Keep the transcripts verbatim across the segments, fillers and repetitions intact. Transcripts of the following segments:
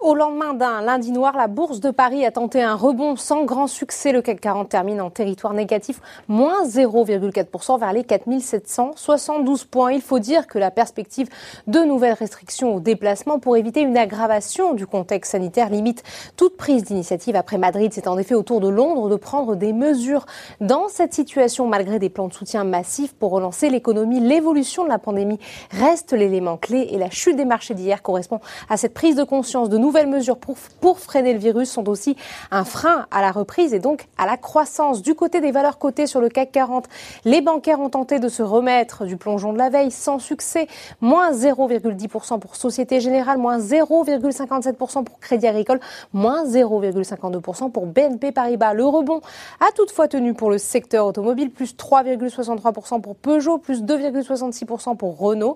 Au lendemain d'un lundi noir, la Bourse de Paris a tenté un rebond sans grand succès. Le C A C quarante termine en territoire négatif, moins zéro virgule quatre pour cent vers les quatre mille sept cent soixante-douze points. Il faut dire que la perspective de nouvelles restrictions au déplacement pour éviter une aggravation du contexte sanitaire limite toute prise d'initiative après Madrid. C'est en effet au tour de Londres de prendre des mesures. Dans cette situation, malgré des plans de soutien massifs pour relancer l'économie, l'évolution de la pandémie reste l'élément clé et la chute des marchés d'hier correspond à cette prise de conscience. De nouvelles mesures pour, pour freiner le virus sont aussi un frein à la reprise et donc à la croissance. Du côté des valeurs cotées sur le C A C quarante, les bancaires ont tenté de se remettre du plongeon de la veille sans succès. Moins zéro virgule dix pour cent pour Société Générale, moins zéro virgule cinquante-sept pour cent pour Crédit Agricole, moins zéro virgule cinquante-deux pour cent pour B N P Paribas. Le rebond a toutefois tenu pour le secteur automobile, plus trois virgule soixante-trois pour cent pour Peugeot, plus deux virgule soixante-six pour cent pour Renault.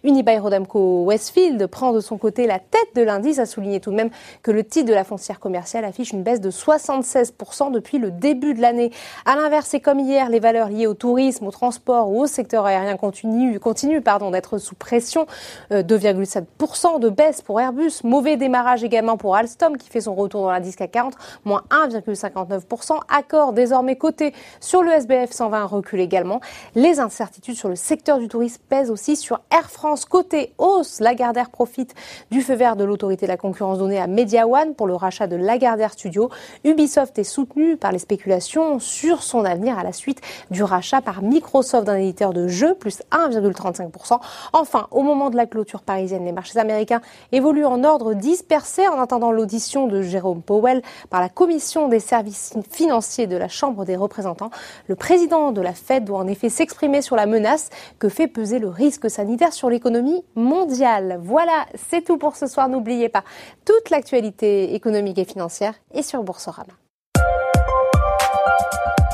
Unibail-Rodamco-Westfield prend de son côté la tête de l'indice, a souligné tout de même que le titre de la foncière commerciale affiche une baisse de soixante-seize pour cent depuis le début de l'année. À l'inverse, et comme hier, les valeurs liées au tourisme, au transport ou au secteur aérien continuent, continuent pardon, d'être sous pression. Euh, deux virgule sept pour cent de baisse pour Airbus. Mauvais démarrage également pour Alstom qui fait son retour dans l'indice C A C quarante, moins un virgule cinquante-neuf pour cent. Accor désormais coté sur le S B F cent vingt recule également. Les incertitudes sur le secteur du tourisme pèsent aussi sur Air France. Côté hausse, Lagardère profite du feu vert de l'autorité de la concurrence donnée à Mediawan pour le rachat de Lagardère Studio. Ubisoft est soutenu par les spéculations sur son avenir à la suite du rachat par Microsoft d'un éditeur de jeux, plus un virgule trente-cinq pour cent. Enfin, au moment de la clôture parisienne, les marchés américains évoluent en ordre dispersé en attendant l'audition de Jérôme Powell par la Commission des services financiers de la Chambre des représentants. Le président de la Fed doit en effet s'exprimer sur la menace que fait peser le risque sanitaire sur l'économie mondiale. Voilà, c'est tout pour ce soir. N'oubliez pas, toute l'actualité économique et financière est sur Boursorama.